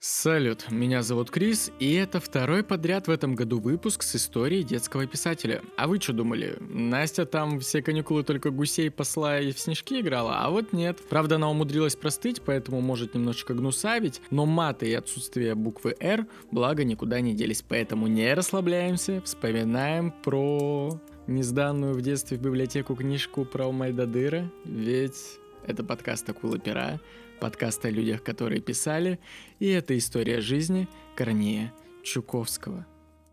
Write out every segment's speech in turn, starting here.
Салют, меня зовут Крис, и это второй подряд в этом году выпуск с историей детского писателя. А вы что думали? Настя там все каникулы только гусей посла и в снежки играла? А вот нет. Правда, она умудрилась простыть, поэтому может немножечко гнусавить, но маты и отсутствие буквы «Р» благо никуда не делись, поэтому не расслабляемся, вспоминаем про несданную в детстве в библиотеку книжку про Мойдодыра, ведь это подкаст «Акулы пера», подкаст о людях, которые писали, и это история жизни Корнея Чуковского.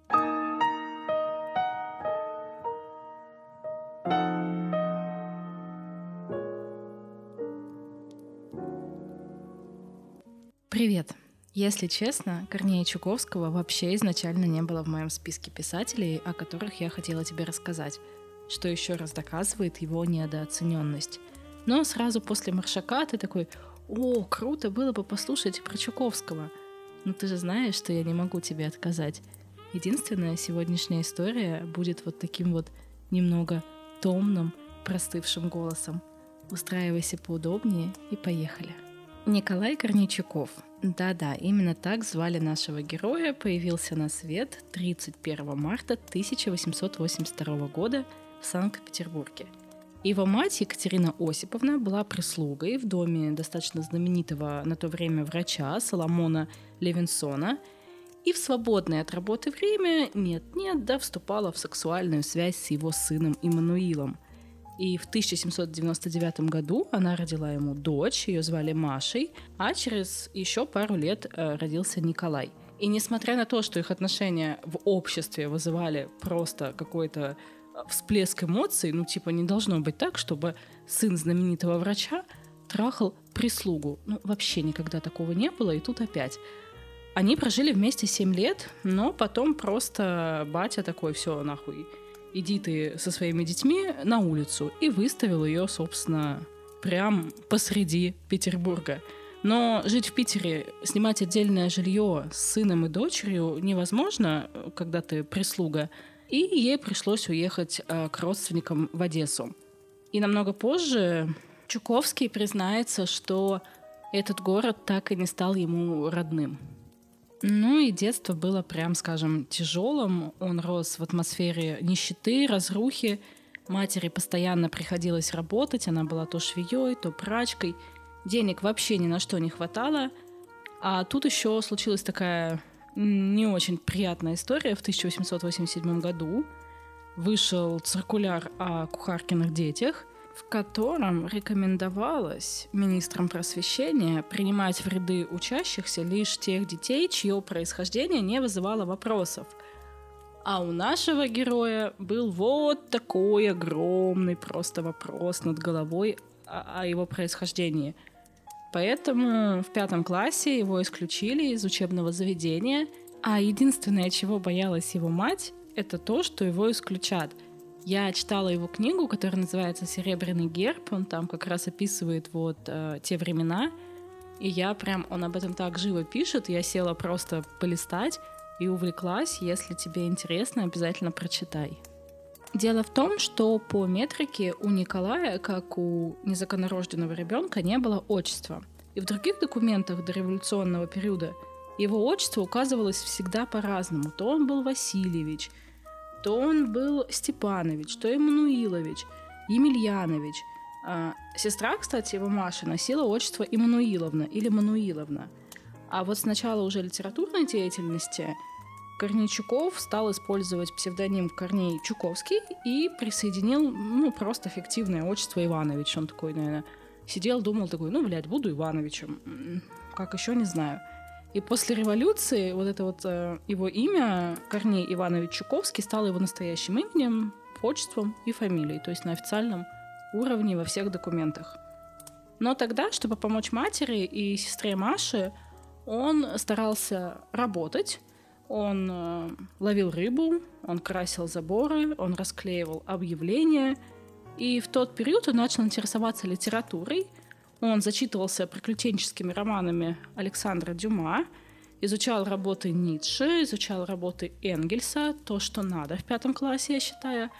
Привет! Если честно, Корнея Чуковского вообще изначально не было в моем списке писателей, о которых я хотела тебе рассказать, что еще раз доказывает его недооцененность. Но сразу после «Маршака» ты такой: «О, круто было бы послушать про Чуковского». Но ты же знаешь, что я не могу тебе отказать. Единственная сегодняшняя история будет вот таким вот немного томным, простывшим голосом. Устраивайся поудобнее и поехали. Николай Корнейчуков. Да-да, именно так звали нашего героя, появился на свет 31 марта 1882 года в Санкт-Петербурге. Его мать Екатерина Осиповна была прислугой в доме достаточно знаменитого на то время врача Соломона Левинсона и в свободное от работы время нет-нет, вступала в сексуальную связь с его сыном Иммануилом. И в 1799 году она родила ему дочь, ее звали Машей, а через еще пару лет родился Николай. И несмотря на то, что их отношения в обществе вызывали просто какой-то всплеск эмоций, не должно быть так, чтобы сын знаменитого врача трахал прислугу. Вообще никогда такого не было, и тут опять. Они прожили вместе 7 лет, но потом просто батя такой: все, нахуй, иди ты со своими детьми на улицу, и выставил ее, собственно, прям посреди Петербурга. Но жить в Питере, снимать отдельное жилье с сыном и дочерью невозможно, когда ты прислуга, и ей пришлось уехать к родственникам в Одессу. И намного позже Чуковский признается, что этот город так и не стал ему родным. И детство было, прям скажем, тяжелым. Он рос в атмосфере нищеты, разрухи. Матери постоянно приходилось работать. Она была то швеей, то прачкой. Денег вообще ни на что не хватало. А тут еще случилась такая не очень приятная история. В 1887 году вышел циркуляр о кухаркиных детях, в котором рекомендовалось министрам просвещения принимать в ряды учащихся лишь тех детей, чье происхождение не вызывало вопросов. А у нашего героя был вот такой огромный просто вопрос над головой о его происхождении. Поэтому в 5 классе его исключили из учебного заведения, а единственное, чего боялась его мать, это то, что его исключат. Я читала его книгу, которая называется «Серебряный герб», он там как раз описывает те времена, и он об этом так живо пишет, я села просто полистать и увлеклась. Если тебе интересно, обязательно прочитай. Дело в том, что по метрике у Николая, как у незаконнорожденного ребенка, не было отчества. И в других документах дореволюционного периода его отчество указывалось всегда по-разному. То он был Васильевич, то он был Степанович, то Эммануилович, Емельянович. Сестра, кстати, его Маша, носила отчество Иммануиловна или Мануиловна. А вот с начала уже литературной деятельности Корнейчуков стал использовать псевдоним Корней Чуковский и присоединил, просто фиктивное отчество Иванович. Он такой, наверное, сидел, думал такой: буду Ивановичем. Как еще, не знаю. И после революции его имя, Корней Иванович Чуковский, стало его настоящим именем, отчеством и фамилией, то есть на официальном уровне во всех документах. Но тогда, чтобы помочь матери и сестре Маше, он старался работать. Он ловил рыбу, он красил заборы, он расклеивал объявления. И в тот период он начал интересоваться литературой. Он зачитывался приключенческими романами Александра Дюма, изучал работы Ницше, изучал работы Энгельса, то, что надо в 5 классе, я считаю.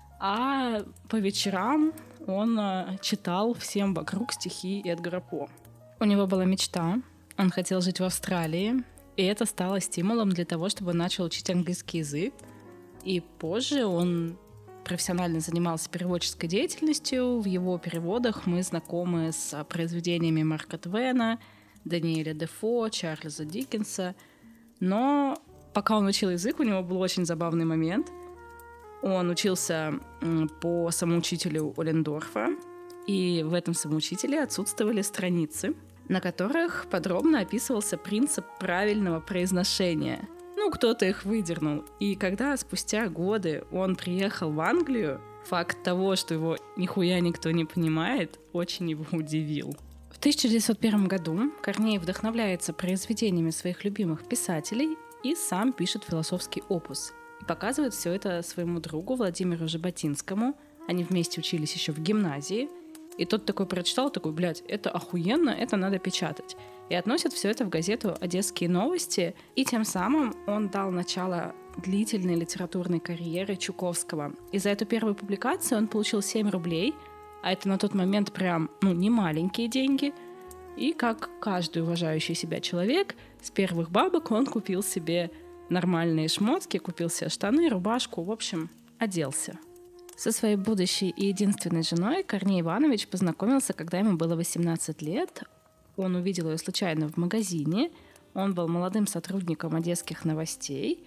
А по вечерам он читал всем вокруг стихи Эдгара По. У него была мечта Он хотел жить в Австралии, и это стало стимулом для того, чтобы он начал учить английский язык. И позже он профессионально занимался переводческой деятельностью. В его переводах мы знакомы с произведениями Марка Твена, Даниэля Дефо, Чарльза Диккенса. Но пока он учил язык, у него был очень забавный момент. Он учился по самоучителю Оллендорфа, и в этом самоучителе отсутствовали страницы, на которых подробно описывался принцип правильного произношения. Кто-то их выдернул. И когда спустя годы он приехал в Англию, факт того, что его нихуя никто не понимает, очень его удивил. В 1901 году Корней вдохновляется произведениями своих любимых писателей и сам пишет философский опус. И показывает все это своему другу Владимиру Жаботинскому. Они вместе учились еще в гимназии. И тот такой прочитал, такой, блядь, это охуенно, это надо печатать. И относит все это в газету «Одесские новости». И тем самым он дал начало длительной литературной карьере Чуковского. И за эту первую публикацию он получил 7 рублей, а это на тот момент прям, не маленькие деньги. И как каждый уважающий себя человек, с первых бабок он купил себе нормальные шмотки, купил себе штаны, рубашку, в общем, оделся. Со своей будущей и единственной женой Корней Иванович познакомился, когда ему было 18 лет. Он увидел ее случайно в магазине. Он был молодым сотрудником «Одесских новостей».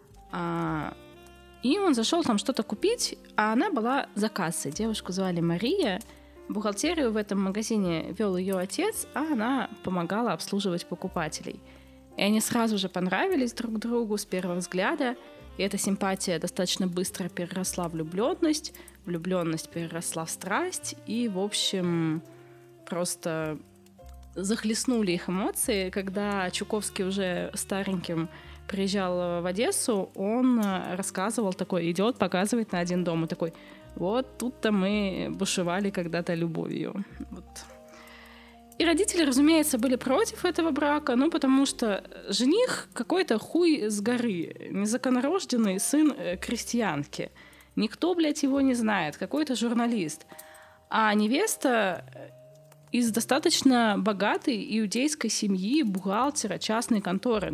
И он зашел там что-то купить, а она была за кассой. Девушку звали Мария. Бухгалтерию в этом магазине вел ее отец, а она помогала обслуживать покупателей. И они сразу же понравились друг другу с первого взгляда. И эта симпатия достаточно быстро переросла в влюбленность переросла в страсть, и, в общем, просто захлестнули их эмоции. Когда Чуковский уже стареньким приезжал в Одессу, он рассказывал, такой идет, показывает на один дом, и такой, вот тут-то мы бушевали когда-то любовью. Вот. И родители, разумеется, были против этого брака, потому что жених какой-то хуй с горы, незаконнорожденный сын крестьянки. Никто, блядь, его не знает, какой-то журналист. А невеста из достаточно богатой иудейской семьи, бухгалтера, частной конторы.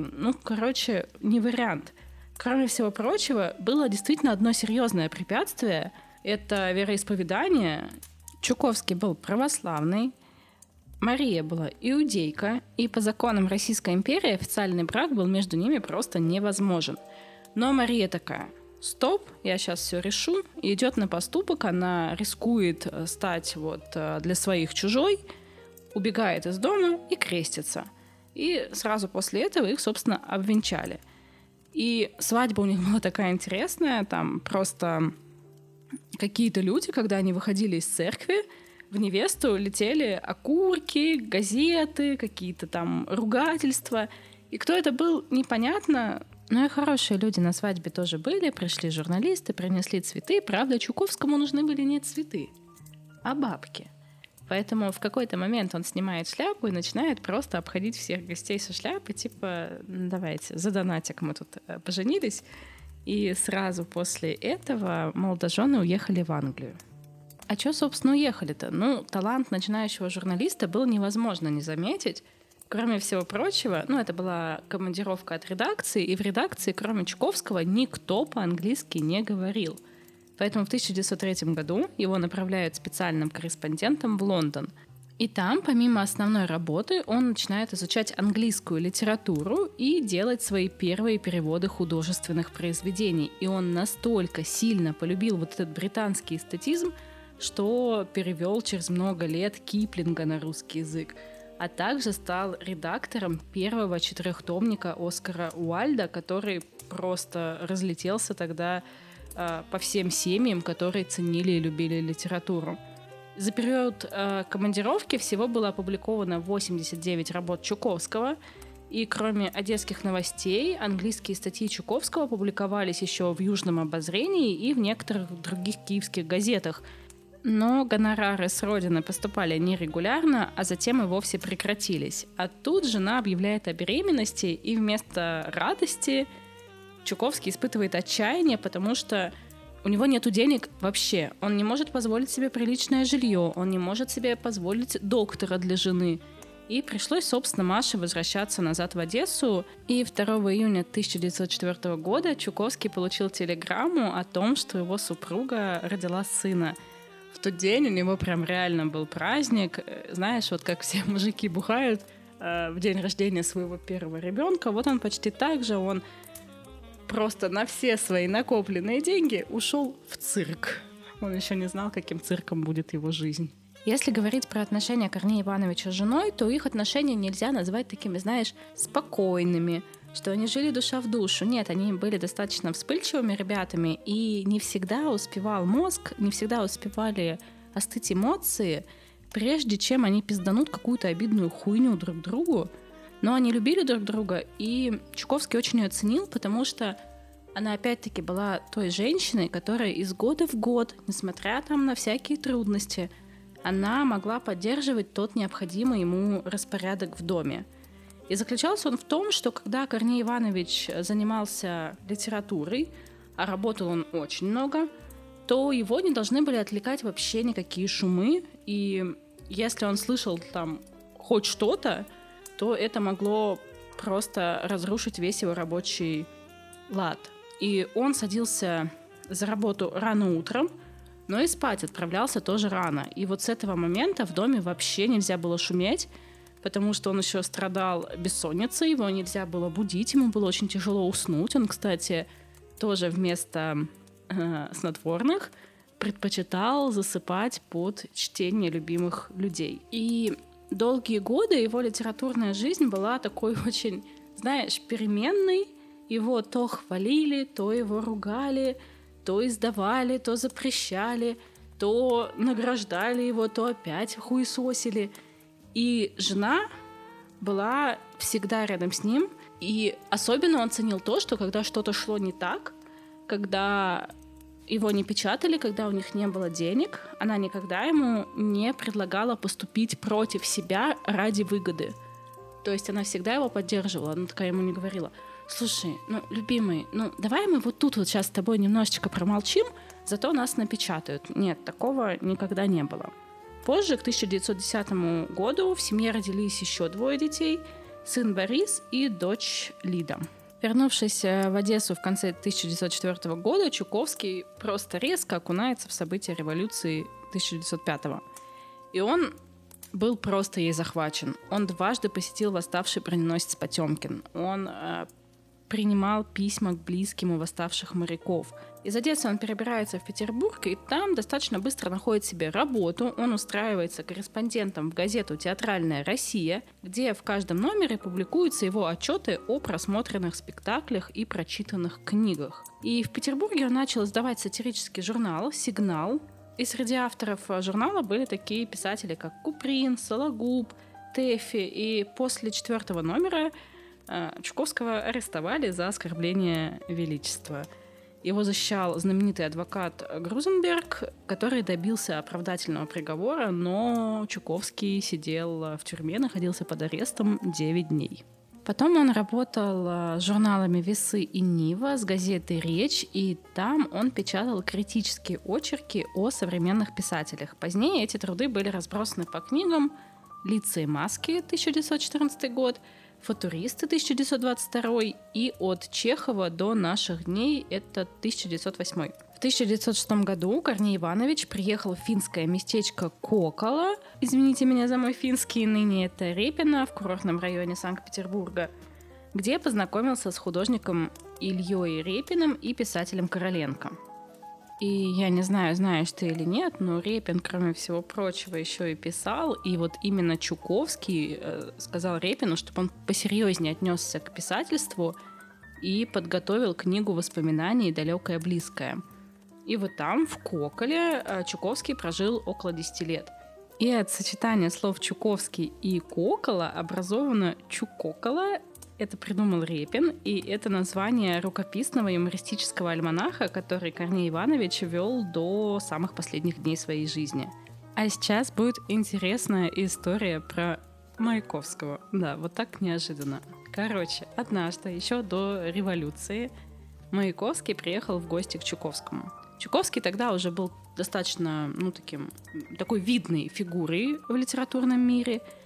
Не вариант. Кроме всего прочего, было действительно одно серьезное препятствие. Это вероисповедание. Чуковский был православный, Мария была иудейка, и по законам Российской империи официальный брак был между ними просто невозможен. Но Мария такая: стоп, я сейчас все решу, и идет на поступок, она рискует стать для своих чужой, убегает из дома и крестится. И сразу после этого их, собственно, обвенчали. И свадьба у них была такая интересная, там просто какие-то люди, когда они выходили из церкви, в невесту летели окурки, газеты, какие-то там ругательства. И кто это был, непонятно. Но и хорошие люди на свадьбе тоже были. Пришли журналисты, принесли цветы. Правда, Чуковскому нужны были не цветы, а бабки. Поэтому в какой-то момент он снимает шляпу и начинает просто обходить всех гостей со шляпы. Типа, давайте, за донатик мы тут поженились. И сразу после этого молодожены уехали в Англию. А чё, собственно, уехали-то? Талант начинающего журналиста было невозможно не заметить. Кроме всего прочего, это была командировка от редакции, и в редакции, кроме Чуковского, никто по-английски не говорил. Поэтому в 1903 году его направляют специальным корреспондентом в Лондон. И там, помимо основной работы, он начинает изучать английскую литературу и делать свои первые переводы художественных произведений. И он настолько сильно полюбил этот британский эстетизм, что перевел через много лет Киплинга на русский язык, а также стал редактором первого 4-томника Оскара Уайльда, который просто разлетелся тогда по всем семьям, которые ценили и любили литературу. За период командировки всего было опубликовано 89 работ Чуковского, и кроме «Одесских новостей», английские статьи Чуковского публиковались еще в «Южном обозрении» и в некоторых других киевских газетах. Но гонорары с родины поступали нерегулярно, а затем и вовсе прекратились. А тут жена объявляет о беременности, и вместо радости Чуковский испытывает отчаяние, потому что у него нету денег вообще. Он не может позволить себе приличное жилье, он не может себе позволить доктора для жены. И пришлось, собственно, Маше возвращаться назад в Одессу. И 2 июня 1904 года Чуковский получил телеграмму о том, что его супруга родила сына. В тот день у него прям реально был праздник. Знаешь, вот как все мужики бухают в день рождения своего первого ребенка, вот он почти так же, он просто на все свои накопленные деньги ушел в цирк. Он еще не знал, каким цирком будет его жизнь. Если говорить про отношения Корнея Ивановича с женой, то их отношения нельзя назвать такими, знаешь, спокойными, что они жили душа в душу. Нет, они были достаточно вспыльчивыми ребятами, и не всегда успевал мозг, не всегда успевали остыть эмоции, прежде чем они пизданут какую-то обидную хуйню друг другу. Но они любили друг друга, и Чуковский очень ее оценил, потому что она опять-таки была той женщиной, которая из года в год, несмотря там на всякие трудности, она могла поддерживать тот необходимый ему распорядок в доме. И заключался он в том, что когда Корней Иванович занимался литературой, а работал он очень много, то его не должны были отвлекать вообще никакие шумы, и если он слышал там хоть что-то, то это могло просто разрушить весь его рабочий лад. И он садился за работу рано утром, но и спать отправлялся тоже рано. И вот с этого момента в доме вообще нельзя было шуметь, потому что он еще страдал бессонницей, его нельзя было будить, ему было очень тяжело уснуть. Он, кстати, тоже вместо снотворных предпочитал засыпать под чтение любимых людей. И долгие годы его литературная жизнь была такой очень, знаешь, переменной. Его то хвалили, то его ругали, то издавали, то запрещали, то награждали его, то опять хуесосили. И жена была всегда рядом с ним. И особенно он ценил то, что когда что-то шло не так, когда его не печатали, когда у них не было денег, она никогда ему не предлагала поступить против себя ради выгоды. То есть она всегда его поддерживала. Она такая ему не говорила: слушай, любимый, давай мы вот тут вот сейчас с тобой немножечко промолчим, зато нас напечатают. Нет, такого никогда не было. Позже, к 1910 году, в семье родились еще 2 детей, сын Борис и дочь Лида. Вернувшись в Одессу в конце 1904 года, Чуковский просто резко окунается в события революции 1905. И он был просто ей захвачен. Он дважды посетил восставший броненосец Потемкин. Он принимал письма к близким у восставших моряков. Из Одессы он перебирается в Петербург, и там достаточно быстро находит себе работу. Он устраивается корреспондентом в газету «Театральная Россия», где в каждом номере публикуются его отчеты о просмотренных спектаклях и прочитанных книгах. И в Петербурге он начал издавать сатирический журнал «Сигнал». И среди авторов журнала были такие писатели, как Куприн, Сологуб, Тэффи. И после 4 номера Чуковского арестовали за оскорбление величества. Его защищал знаменитый адвокат Грузенберг, который добился оправдательного приговора, но Чуковский сидел в тюрьме, находился под арестом 9 дней. Потом он работал с журналами «Весы» и «Нива», с газетой «Речь», и там он печатал критические очерки о современных писателях. Позднее эти труды были разбросаны по книгам «Лица и маски» 1914 год, «Футуристы» 1922 и «От Чехова до наших дней» это 1908. В 1906 году Корней Иванович приехал в финское местечко Кокола, извините меня за мой финский, ныне это Репино, в курортном районе Санкт-Петербурга, где познакомился с художником Ильей Репиным и писателем Короленко. И я не знаю, знаешь ты или нет, но Репин, кроме всего прочего, еще и писал. И вот именно Чуковский сказал Репину, чтобы он посерьезнее отнесся к писательству и подготовил книгу воспоминаний «Далекое близкое». И вот там, в Коколе, Чуковский прожил около 10 лет. И от сочетания слов «Чуковский» и «Кокола» образовано «Чукокола». Это придумал Репин, и это название рукописного юмористического альманаха, который Корней Иванович вел до самых последних дней своей жизни. А сейчас будет интересная история про Маяковского. Да, вот так неожиданно. Короче, однажды, еще до революции, Маяковский приехал в гости к Чуковскому. Чуковский тогда уже был достаточно, такой видной фигурой в литературном мире.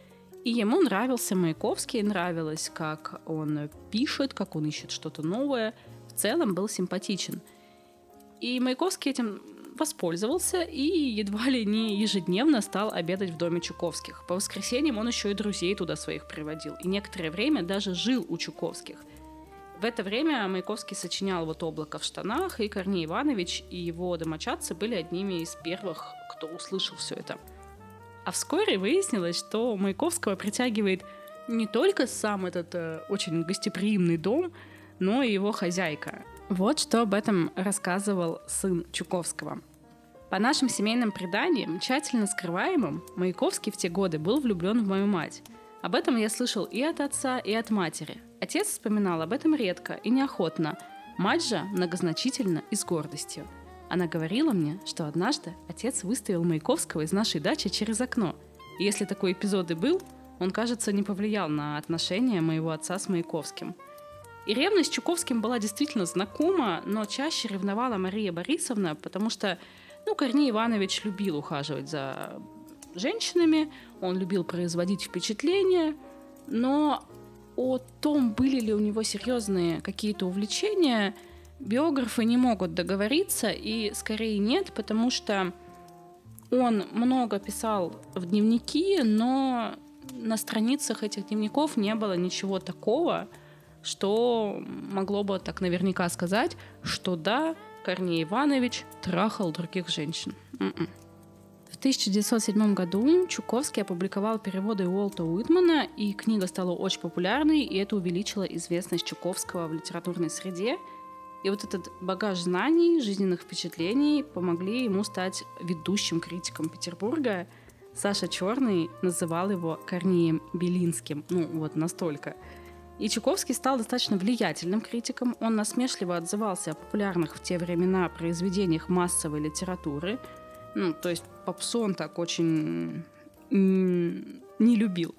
И ему нравился Маяковский, нравилось, как он пишет, как он ищет что-то новое. В целом был симпатичен. И Маяковский этим воспользовался и едва ли не ежедневно стал обедать в доме Чуковских. По воскресеньям он еще и друзей туда своих приводил. И некоторое время даже жил у Чуковских. В это время Маяковский сочинял вот «Облако в штанах», и Корней Иванович и его домочадцы были одними из первых, кто услышал все это. А вскоре выяснилось, что Маяковского притягивает не только сам этот очень гостеприимный дом, но и его хозяйка. Вот что об этом рассказывал сын Чуковского. По нашим семейным преданиям, тщательно скрываемым, Маяковский в те годы был влюблен в мою мать. Об этом я слышал и от отца, и от матери. Отец вспоминал об этом редко и неохотно, мать же многозначительно и с гордостью. Она говорила мне, что однажды отец выставил Маяковского из нашей дачи через окно. И если такой эпизод и был, он, кажется, не повлиял на отношения моего отца с Маяковским. И ревность с Чуковским была действительно знакома, но чаще ревновала Мария Борисовна, потому что, Корней Иванович любил ухаживать за женщинами, он любил производить впечатление, но о том, были ли у него серьезные какие-то увлечения, биографы не могут договориться, и скорее нет, потому что он много писал в дневники, но на страницах этих дневников не было ничего такого, что могло бы так наверняка сказать, что да, Корней Иванович трахал других женщин. В 1907 году Чуковский опубликовал переводы Уолта Уитмана, и книга стала очень популярной, и это увеличило известность Чуковского в литературной среде. И вот этот багаж знаний, жизненных впечатлений помогли ему стать ведущим критиком Петербурга. Саша Черный называл его Корнеем Белинским. Настолько. И Чуковский стал достаточно влиятельным критиком. Он насмешливо отзывался о популярных в те времена произведениях массовой литературы. То есть попсу он так очень не любил.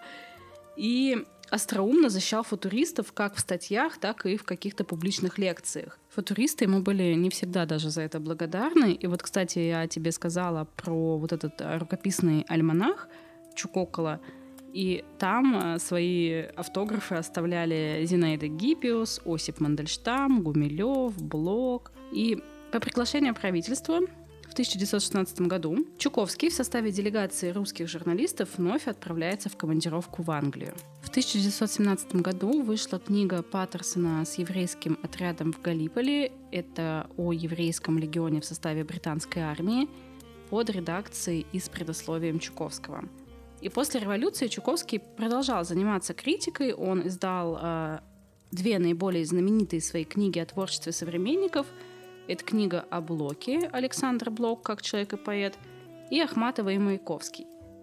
И остроумно защищал футуристов как в статьях, так и в каких-то публичных лекциях. Футуристы ему были не всегда даже за это благодарны. И вот, кстати, я тебе сказала про вот этот рукописный альманах Чукокола. И там свои автографы оставляли Зинаида Гиппиус, Осип Мандельштам, Гумилев, Блок. И по приглашению правительства в 1916 году Чуковский в составе делегации русских журналистов вновь отправляется в командировку в Англию. В 1917 году вышла книга Паттерсона с еврейским отрядом в Галиполи. Это о еврейском легионе в составе британской армии под редакцией и с предисловием Чуковского. И после революции Чуковский продолжал заниматься критикой. Он издал две наиболее знаменитые свои книги о творчестве современников. Это книга о Блоке, Александр Блок, как человек и поэт, и Ахматова и Маяковский.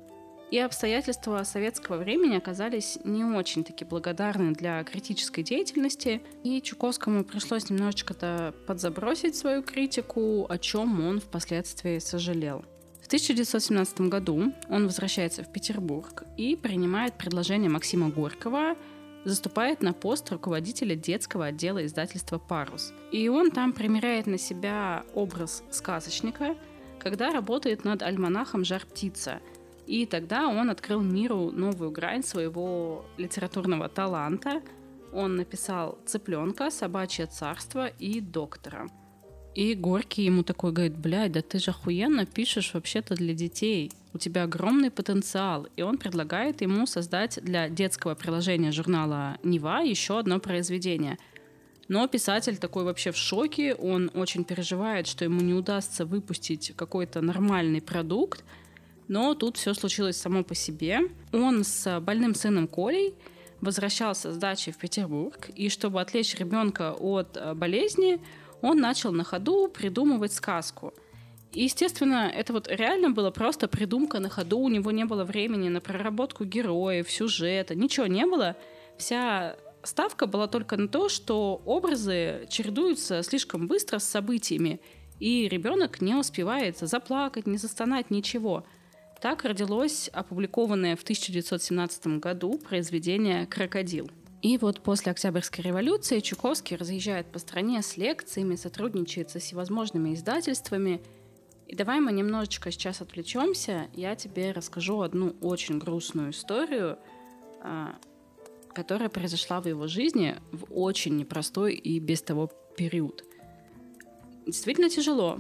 И обстоятельства советского времени оказались не очень-таки благодарны для критической деятельности, и Чуковскому пришлось немножечко-то подзабросить свою критику, о чем он впоследствии сожалел. В 1917 году он возвращается в Петербург и принимает предложение Максима Горького, заступает на пост руководителя детского отдела издательства «Парус». И он там примеряет на себя образ сказочника, когда работает над альманахом «Жар-птица». И тогда он открыл миру новую грань своего литературного таланта. Он написал «Цыпленка», «Собачье царство» и «Доктора». И Горький ему такой говорит: блядь, да ты же охуенно пишешь вообще-то для детей. У тебя огромный потенциал. И он предлагает ему создать для детского приложения журнала «Нева» еще одно произведение. Но писатель такой вообще в шоке. Он очень переживает, что ему не удастся выпустить какой-то нормальный продукт. Но тут все случилось само по себе. Он с больным сыном Колей возвращался с дачи в Петербург. И чтобы отвлечь ребенка от болезни, он начал на ходу придумывать сказку. И, естественно, это вот реально было просто придумка на ходу. У него не было времени на проработку героев, сюжета, ничего не было. Вся ставка была только на то, что образы чередуются слишком быстро с событиями, и ребенок не успевает заплакать, не застонать, ничего. Так родилось опубликованное в 1917 году произведение «Крокодил». И вот после Октябрьской революции Чуковский разъезжает по стране с лекциями, сотрудничает со всевозможными издательствами. И давай мы немножечко сейчас отвлечемся. Я тебе расскажу одну очень грустную историю. которая произошла в его жизни в очень непростой и без того период. Действительно тяжело.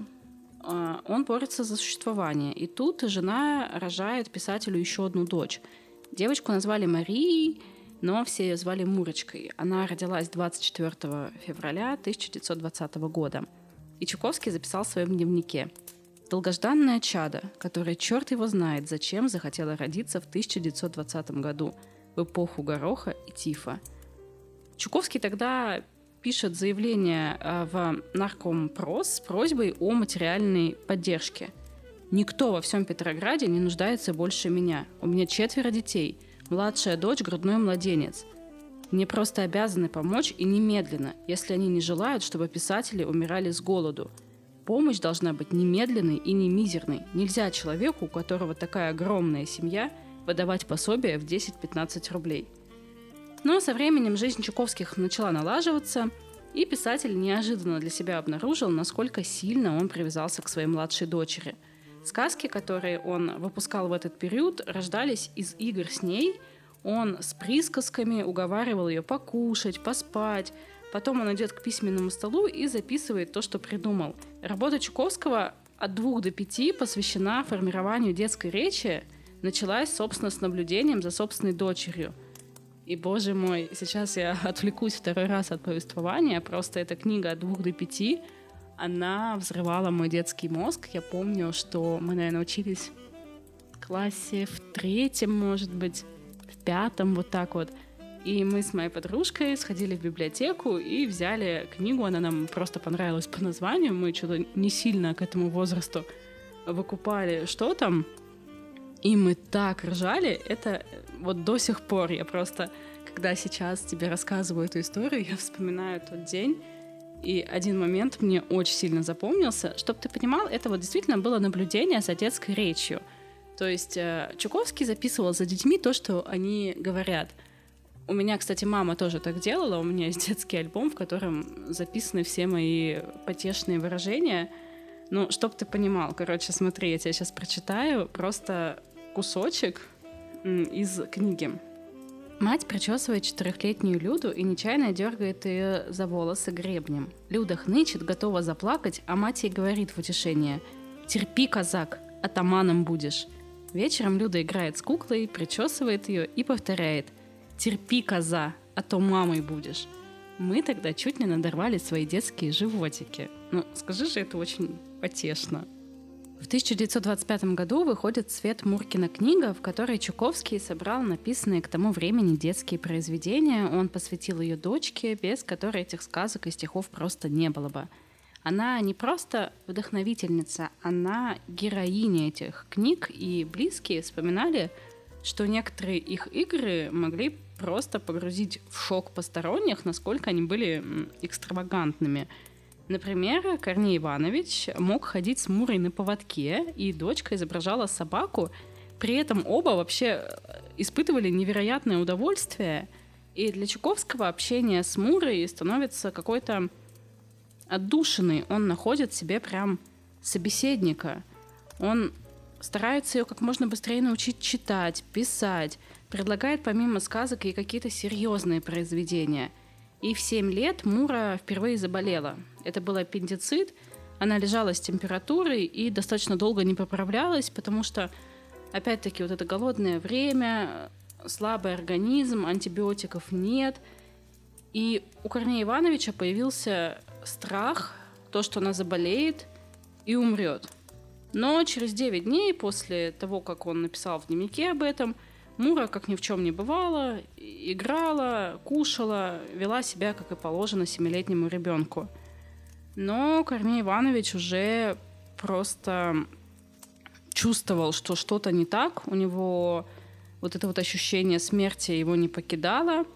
Он борется за существование. И тут жена рожает писателю еще одну дочь. Девочку назвали Марией, но все ее звали Мурочкой. Она родилась 24 февраля 1920 года. И Чуковский записал в своем дневнике: «Долгожданное чадо, которое черт его знает, зачем захотело родиться в 1920 году, в эпоху гороха и тифа». Чуковский тогда пишет заявление в Наркомпрос с просьбой о материальной поддержке. «Никто во всем Петрограде не нуждается больше меня. У меня 4 детей. Младшая дочь – грудной младенец. Мне просто обязаны помочь и немедленно, если они не желают, чтобы писатели умирали с голоду. Помощь должна быть немедленной и не мизерной. Нельзя человеку, у которого такая огромная семья, выдавать пособие в 10-15 рублей». Но со временем жизнь Чуковских начала налаживаться, и писатель неожиданно для себя обнаружил, насколько сильно он привязался к своей младшей дочери. Сказки, которые он выпускал в этот период, рождались из игр с ней. Он с присказками уговаривал ее покушать, поспать. Потом он идет к письменному столу и записывает то, что придумал. Работа Чуковского от 2 до 5 посвящена формированию детской речи. Началась, собственно, с наблюдением за собственной дочерью. И, боже мой, сейчас я отвлекусь второй раз от повествования. Просто эта книга от 2 до 5, она взрывала мой детский мозг. Я помню, что мы, наверное, учились в классе в 3, может быть, в 5, вот так вот. И мы с моей подружкой сходили в библиотеку и взяли книгу. Она нам просто понравилась по названию. Мы что-то не сильно к этому возрасту выкупали, что там. И мы так ржали, это вот до сих пор. Я просто, когда сейчас тебе рассказываю эту историю, я вспоминаю тот день, и один момент мне очень сильно запомнился. Чтобы ты понимал, это вот действительно было наблюдение за детской речью. То есть Чуковский записывал за детьми то, что они говорят. У меня, кстати, мама тоже так делала. У меня есть детский альбом, в котором записаны все мои потешные выражения. Ну, чтоб ты понимал, короче, смотри, я тебе сейчас прочитаю просто кусочек из книги. Мать причесывает 4-летнюю Люду и нечаянно дергает ее за волосы гребнем. Люда хнычет, готова заплакать, а мать ей говорит в утешение: «Терпи, казак, атаманом будешь». Вечером Люда играет с куклой, причесывает ее и повторяет: «Терпи, коза, а то мамой будешь». Мы тогда чуть не надорвали свои детские животики. Ну, скажи же, это очень потешно. В 1925 году выходит в свет Муркина книга, в которой Чуковский собрал написанные к тому времени детские произведения. Он посвятил ее дочке, без которой этих сказок и стихов просто не было бы. Она не просто вдохновительница, она героиня этих книг, и близкие вспоминали, что некоторые их игры могли просто погрузить в шок посторонних, насколько они были экстравагантными. Например, Корней Иванович мог ходить с Мурой на поводке, и дочка изображала собаку. При этом оба вообще испытывали невероятное удовольствие. И для Чуковского общение с Мурой становится какой-то отдушиной. Он находит себе прям собеседника. Он старается ее как можно быстрее научить читать, писать, предлагает помимо сказок и какие-то серьезные произведения. И в 7 лет Мура впервые заболела. Это был аппендицит. Она лежала с температурой и достаточно долго не поправлялась, потому что, опять-таки, вот это голодное время, слабый организм, антибиотиков нет. И у Корнея Ивановича появился страх, то, что она заболеет и умрет. Но через 9 дней после того, как он написал в дневнике об этом, Мура, как ни в чем не бывало, играла, кушала, вела себя, как и положено, 7-летнему ребенку. Но Корней Иванович уже просто чувствовал, что что-то не так. У него вот это вот ощущение смерти его не покидало.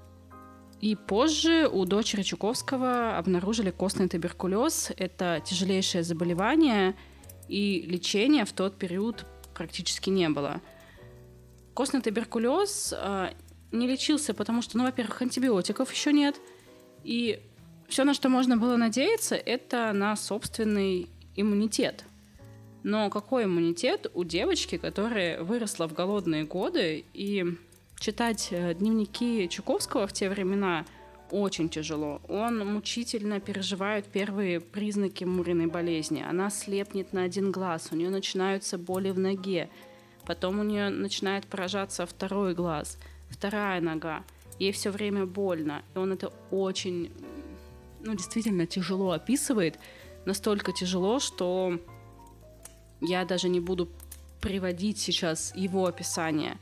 И позже у дочери Чуковского обнаружили костный туберкулез. Это тяжелейшее заболевание, и лечения в тот период практически не было. Костный туберкулез не лечился, потому что, во-первых, антибиотиков еще нет. И все, на что можно было надеяться, это на собственный иммунитет. Но какой иммунитет у девочки, которая выросла в голодные годы и Читать дневники Чуковского в те времена очень тяжело. Он мучительно переживает первые признаки Муриной болезни. Она слепнет на один глаз, у нее начинаются боли в ноге. Потом у нее начинает поражаться второй глаз, вторая нога. Ей все время больно. И он это очень, действительно тяжело описывает. Настолько тяжело, что я даже не буду приводить сейчас его описание.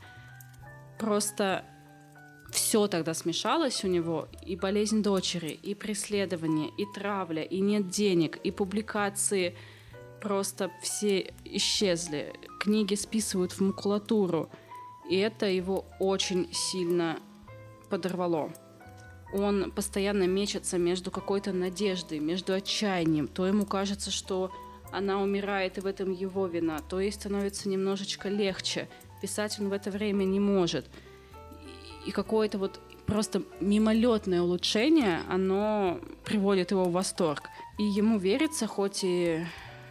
Просто все тогда смешалось у него, и болезнь дочери, и преследование, и травля, и нет денег, и публикации просто все исчезли. Книги списывают в макулатуру, и это его очень сильно подорвало. Он постоянно мечется между какой-то надеждой, между отчаянием. То ему кажется, что она умирает, и в этом его вина, то ей становится немножечко легче. Писать он в это время не может. И какое-то вот просто мимолетное улучшение, оно приводит его в восторг. И ему верится, хоть и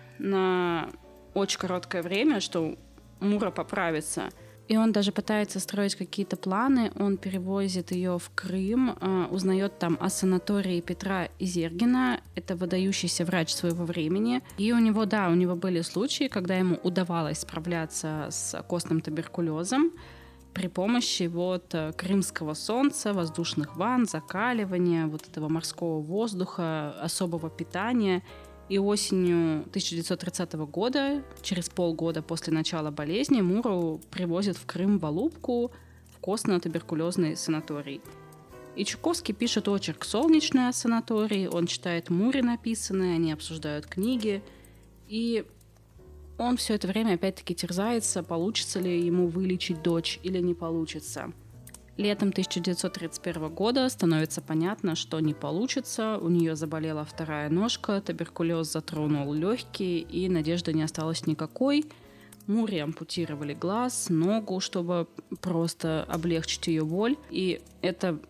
на очень короткое время, что Мура поправится. И он даже пытается строить какие-то планы. Он перевозит ее в Крым, узнает там о санатории Петра Изергина. Это выдающийся врач своего времени. И у него были случаи, когда ему удавалось справляться с костным туберкулезом при помощи крымского солнца, воздушных ванн, закаливания, этого морского воздуха, особого питания. И осенью 1930 года, через полгода после начала болезни, Муру привозят в Крым в Алупку, в костно-туберкулезный санаторий. И Чуковский пишет очерк солнечный о санатории, он читает Муре написанное, они обсуждают книги. И он все это время опять-таки терзается, получится ли ему вылечить дочь или не получится. Летом 1931 года становится понятно, что не получится, у нее заболела вторая ножка, туберкулез затронул легкие, и надежды не осталось никакой. Муре ампутировали глаз, ногу, чтобы просто облегчить ее боль. И это,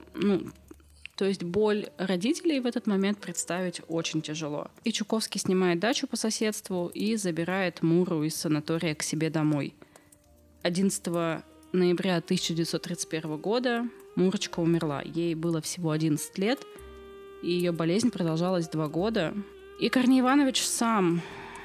то есть боль родителей в этот момент представить очень тяжело. И Чуковский снимает дачу по соседству и забирает Муру из санатория к себе домой. 11 ноября 1931 года Мурочка умерла. Ей было всего 11 лет, и ее болезнь продолжалась 2 года. И Корней Иванович сам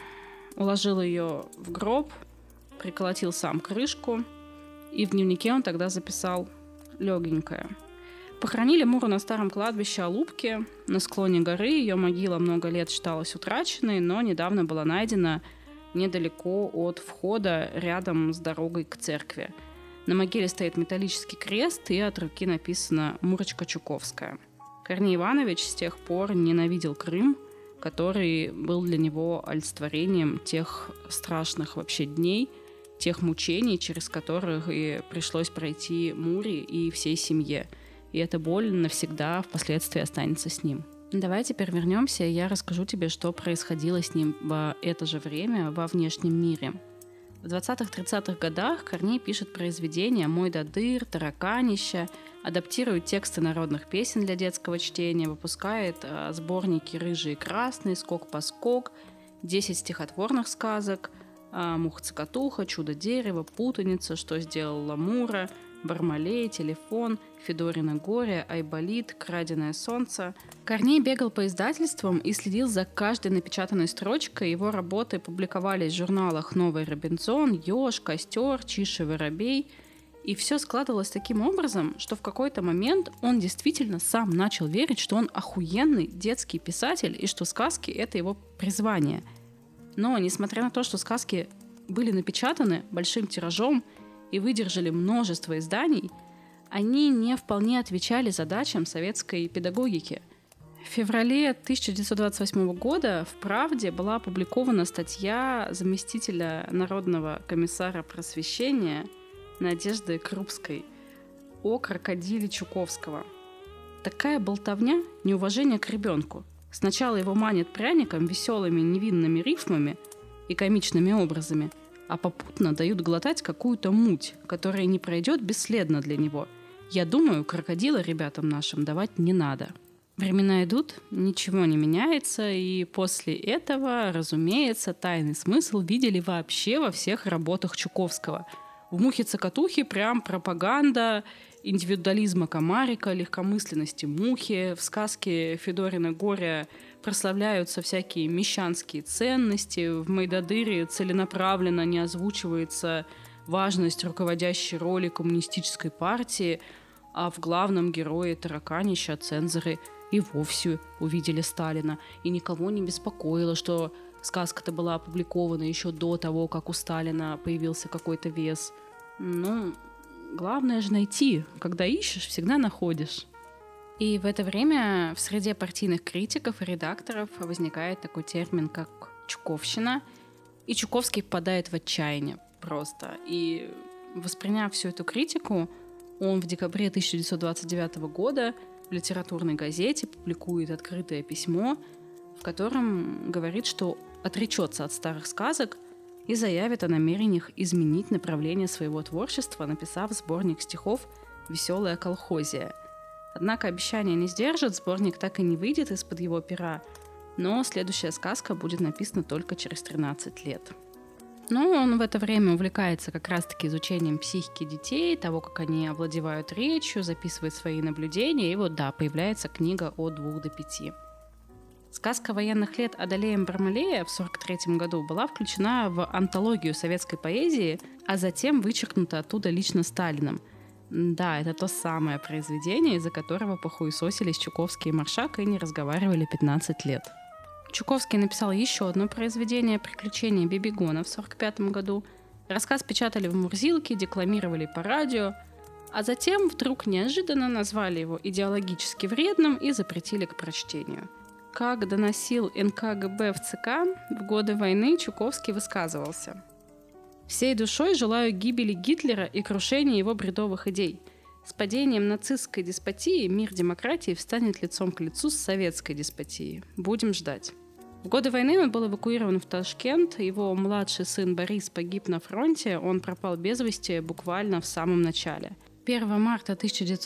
уложил ее в гроб, приколотил сам крышку, и в дневнике он тогда записал легенькое. Похоронили Муру на старом кладбище Алупки, на склоне горы. Ее могила много лет считалась утраченной, но недавно была найдена недалеко от входа, рядом с дорогой к церкви. На могиле стоит металлический крест, и от руки написано «Мурочка Чуковская». Корней Иванович с тех пор ненавидел Крым, который был для него олицетворением тех страшных вообще дней, тех мучений, через которых и пришлось пройти Муре и всей семье. И эта боль навсегда впоследствии останется с ним. Давай теперь вернемся, и я расскажу тебе, что происходило с ним в это же время во внешнем мире. В 20-30-х годах Корней пишет произведения «Мой додыр», «Тараканище», адаптирует тексты народных песен для детского чтения, выпускает сборники «Рыжий и красный», «Скок-поскок», 10 стихотворных сказок, «Муха-цокотуха», «Чудо-дерево», «Путаница», «Что сделала Мура», «Бармалей», «Телефон», «Федорино горе», «Айболит», «Краденое солнце». Корней бегал по издательствам и следил за каждой напечатанной строчкой. Его работы публиковались в журналах «Новый Робинзон», «Ёж», «Костер», «Чиж и воробей». И все складывалось таким образом, что в какой-то момент он действительно сам начал верить, что он охуенный детский писатель и что сказки — это его призвание. Но, несмотря на то, что сказки были напечатаны большим тиражом и выдержали множество изданий, они не вполне отвечали задачам советской педагогики. В феврале 1928 года в «Правде» была опубликована статья заместителя Народного комиссара просвещения Надежды Крупской о крокодиле Чуковского. Такая болтовня, неуважение к ребенку. Сначала его манят пряником, веселыми невинными рифмами и комичными образами, а попутно дают глотать какую-то муть, которая не пройдет бесследно для него. Я думаю, крокодила ребятам нашим давать не надо. Времена идут, ничего не меняется, и после этого, разумеется, тайный смысл видели вообще во всех работах Чуковского. В «Мухе-цокотухе» прям пропаганда индивидуализма комарика, легкомысленности мухи. В сказке Федорина Горя прославляются всякие мещанские ценности. В «Мойдодыре» целенаправленно не озвучивается важность руководящей роли коммунистической партии, а в главном герое тараканища цензоры и вовсе увидели Сталина. И никого не беспокоило, что сказка-то была опубликована еще до того, как у Сталина появился какой-то вес. Ну, главное же найти. Когда ищешь, всегда находишь. И в это время в среде партийных критиков и редакторов возникает такой термин, как «чуковщина». И Чуковский впадает в отчаяние просто. И восприняв всю эту критику, он в декабре 1929 года в литературной газете публикует открытое письмо, в котором говорит, что отречется от старых сказок и заявит о намерениях изменить направление своего творчества, написав сборник стихов «Веселая колхозия». Однако обещание не сдержит, сборник так и не выйдет из-под его пера, но следующая сказка будет написана только через 13 лет. Но он в это время увлекается как раз-таки изучением психики детей, того, как они овладевают речью, записывает свои наблюдения, и вот да, появляется книга от 2 до 5. Сказка военных лет Адалея Бармалея в 1943 году была включена в антологию советской поэзии, а затем вычеркнута оттуда лично Сталиным. Да, это то самое произведение, из-за которого похуесосились Чуковский и Маршак и не разговаривали 15 лет. Чуковский написал еще одно произведение «Приключения Бибигона» в 1945 году. Рассказ печатали в Мурзилке, декламировали по радио, а затем вдруг неожиданно назвали его идеологически вредным и запретили к прочтению. Как доносил НКГБ в ЦК, в годы войны Чуковский высказывался: «Всей душой желаю гибели Гитлера и крушения его бредовых идей. С падением нацистской деспотии мир демократии встанет лицом к лицу с советской деспотией. Будем ждать». В годы войны он был эвакуирован в Ташкент, его младший сын Борис погиб на фронте, он пропал без вести буквально в самом начале. 1 марта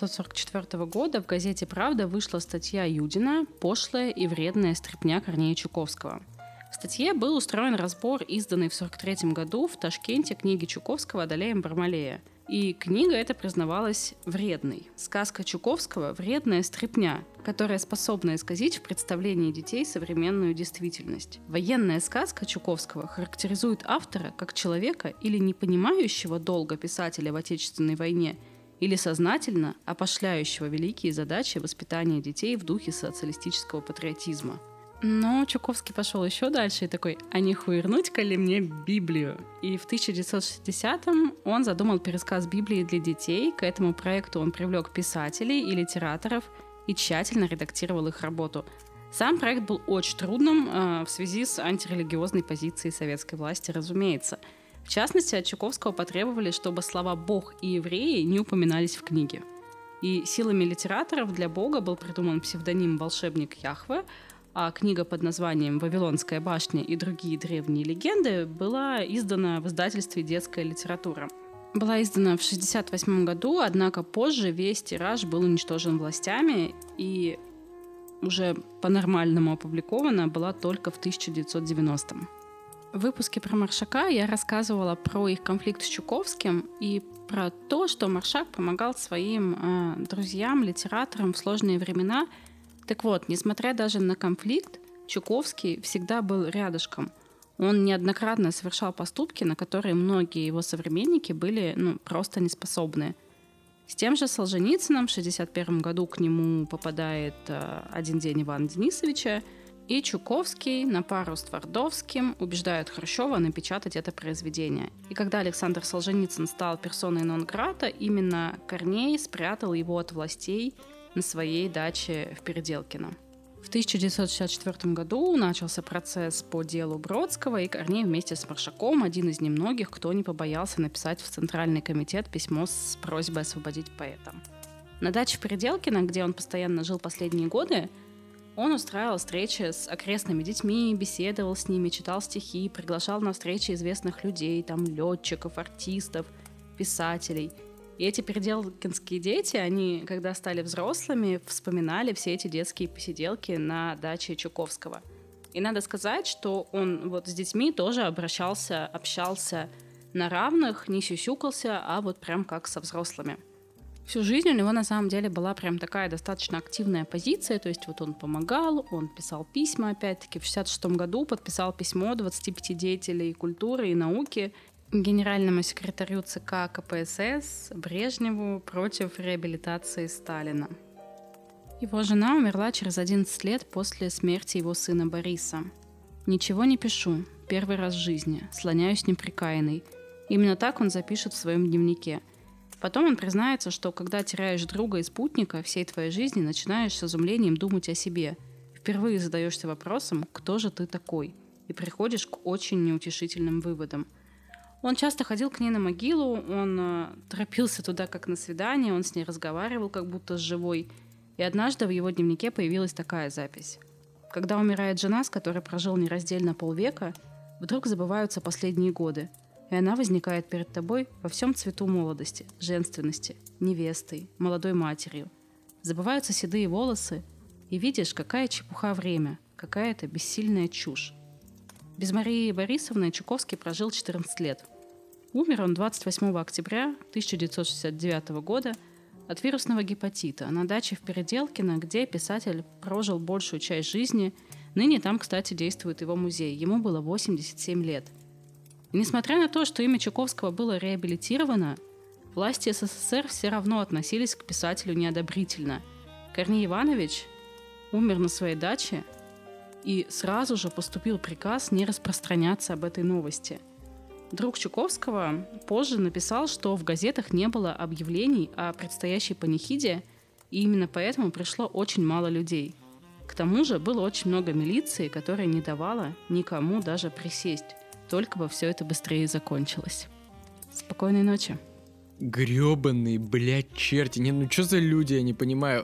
1944 года в газете «Правда» вышла статья Юдина «Пошлая и вредная стряпня Корнея Чуковского». В статье был устроен разбор изданной в 1943 году в Ташкенте книги Чуковского «Адалея Бармалея». И книга эта признавалась вредной. Сказка Чуковского – вредная стряпня, которая способна исказить в представлении детей современную действительность. Военная сказка Чуковского характеризует автора как человека или не понимающего долга писателя в Отечественной войне, или сознательно опошляющего великие задачи воспитания детей в духе социалистического патриотизма. Но Чуковский пошел еще дальше и такой: «А не хуернуть-ка ли мне Библию?» И в 1960-м он задумал пересказ Библии для детей. К этому проекту он привлек писателей и литераторов и тщательно редактировал их работу. Сам проект был очень трудным в связи с антирелигиозной позицией советской власти, разумеется. В частности, от Чуковского потребовали, чтобы слова «Бог» и «евреи» не упоминались в книге. И силами литераторов для Бога был придуман псевдоним «Волшебник Яхве», а книга под названием «Вавилонская башня и другие древние легенды» была издана в издательстве «Детская литература». Была издана в 1968 году, однако позже весь тираж был уничтожен властями и уже по-нормальному опубликована была только в 1990-м. В выпуске про Маршака я рассказывала про их конфликт с Чуковским и про то, что Маршак помогал своим друзьям, литераторам в сложные времена. Так вот, несмотря даже на конфликт, Чуковский всегда был рядышком. Он неоднократно совершал поступки, на которые многие его современники были просто не способны. С тем же Солженицыным в 1961 году к нему попадает «Один день Ивана Денисовича», и Чуковский на пару с Твардовским убеждают Хрущева напечатать это произведение. И когда Александр Солженицын стал персоной нон-грата, именно Корней спрятал его от властей на своей даче в Переделкино. В 1964 году начался процесс по делу Бродского, и Корней вместе с Маршаком один из немногих, кто не побоялся написать в Центральный комитет письмо с просьбой освободить поэта. На даче в Переделкино, где он постоянно жил последние годы, он устраивал встречи с окрестными детьми, беседовал с ними, читал стихи, приглашал на встречи известных людей, там летчиков, артистов, писателей. И эти переделкинские дети, они, когда стали взрослыми, вспоминали все эти детские посиделки на даче Чуковского. И надо сказать, что он с детьми тоже общался на равных, не сюсюкался, а вот прям как со взрослыми. Всю жизнь у него на самом деле была прям такая достаточно активная позиция, то есть вот он помогал, он писал письма, опять-таки, в 1966 году подписал письмо 25 деятелей культуры и науки генеральному секретарю ЦК КПСС Брежневу против реабилитации Сталина. Его жена умерла через 11 лет после смерти его сына Бориса. «Ничего не пишу, первый раз в жизни, слоняюсь неприкаянный». Именно так он запишет в своем дневнике. Потом он признается, что когда теряешь друга и спутника всей твоей жизни, начинаешь с изумлением думать о себе. Впервые задаешься вопросом, кто же ты такой, и приходишь к очень неутешительным выводам. Он часто ходил к ней на могилу, он торопился туда как на свидание, он с ней разговаривал как будто с живой. И однажды в его дневнике появилась такая запись. Когда умирает жена, с которой прожил нераздельно полвека, вдруг забываются последние годы, и она возникает перед тобой во всем цвету молодости, женственности, невестой, молодой матерью. Забываются седые волосы, и видишь, какая чепуха время, какая-то бессильная чушь. Без Марии Борисовны Чуковский прожил 14 лет. Умер он 28 октября 1969 года от вирусного гепатита на даче в Переделкино, где писатель прожил большую часть жизни. Ныне там, кстати, действует его музей. Ему было 87 лет. И несмотря на то, что имя Чуковского было реабилитировано, власти СССР все равно относились к писателю неодобрительно. Корней Иванович умер на своей даче, и сразу же поступил приказ не распространяться об этой новости. Друг Чуковского позже написал, что в газетах не было объявлений о предстоящей панихиде, и именно поэтому пришло очень мало людей. К тому же было очень много милиции, которая не давала никому даже присесть, только бы все это быстрее закончилось. Спокойной ночи. Грёбаные, блядь, черти. Не, ну что за люди, я не понимаю.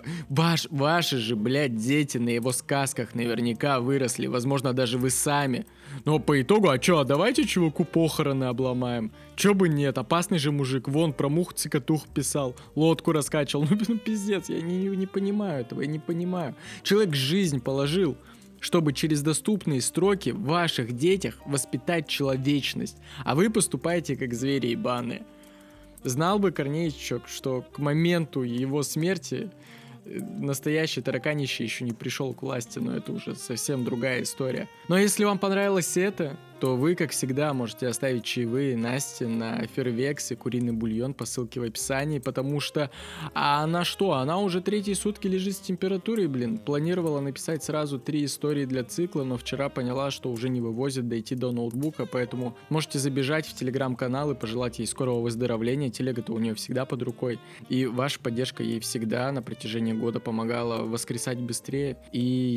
Ваши же, блядь, дети на его сказках наверняка выросли. Возможно, даже вы сами. Но по итогу, а чё, давайте чуваку похороны обломаем. Чё бы нет, опасный же мужик. Вон, про мух-цикатух писал, лодку раскачивал. Ну, пиздец, я не понимаю этого, я не понимаю. Человек жизнь положил, чтобы через доступные строки в ваших детях воспитать человечность. А вы поступаете как звери ебаные. Знал бы Корнеичок, что к моменту его смерти настоящий тараканище еще не пришел к власти, но это уже совсем другая история. Но если вам понравилось это, то вы, как всегда, можете оставить чаевые Насте на Фервекс и куриный бульон по ссылке в описании, потому что она что? Она уже третьи сутки лежит с температурой, блин. Планировала написать сразу 3 истории для цикла, но вчера поняла, что уже не вывозит дойти до ноутбука, поэтому можете забежать в телеграм-канал и пожелать ей скорого выздоровления. Телега-то у нее всегда под рукой, и ваша поддержка ей всегда на протяжении года помогала воскресать быстрее. И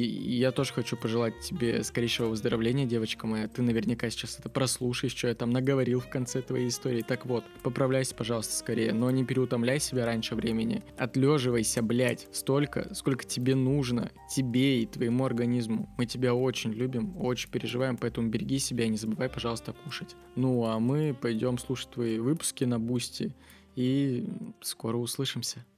я тоже хочу пожелать тебе скорейшего выздоровления, девочка моя. Ты наверняка сейчас это прослушаешь, что я там наговорил в конце твоей истории. Так вот, поправляйся, пожалуйста, скорее, но не переутомляй себя раньше времени. Отлеживайся, блядь, столько, сколько тебе нужно, тебе и твоему организму. Мы тебя очень любим, очень переживаем, поэтому береги себя и не забывай, пожалуйста, кушать. Ну, а мы пойдем слушать твои выпуски на Бусти и скоро услышимся.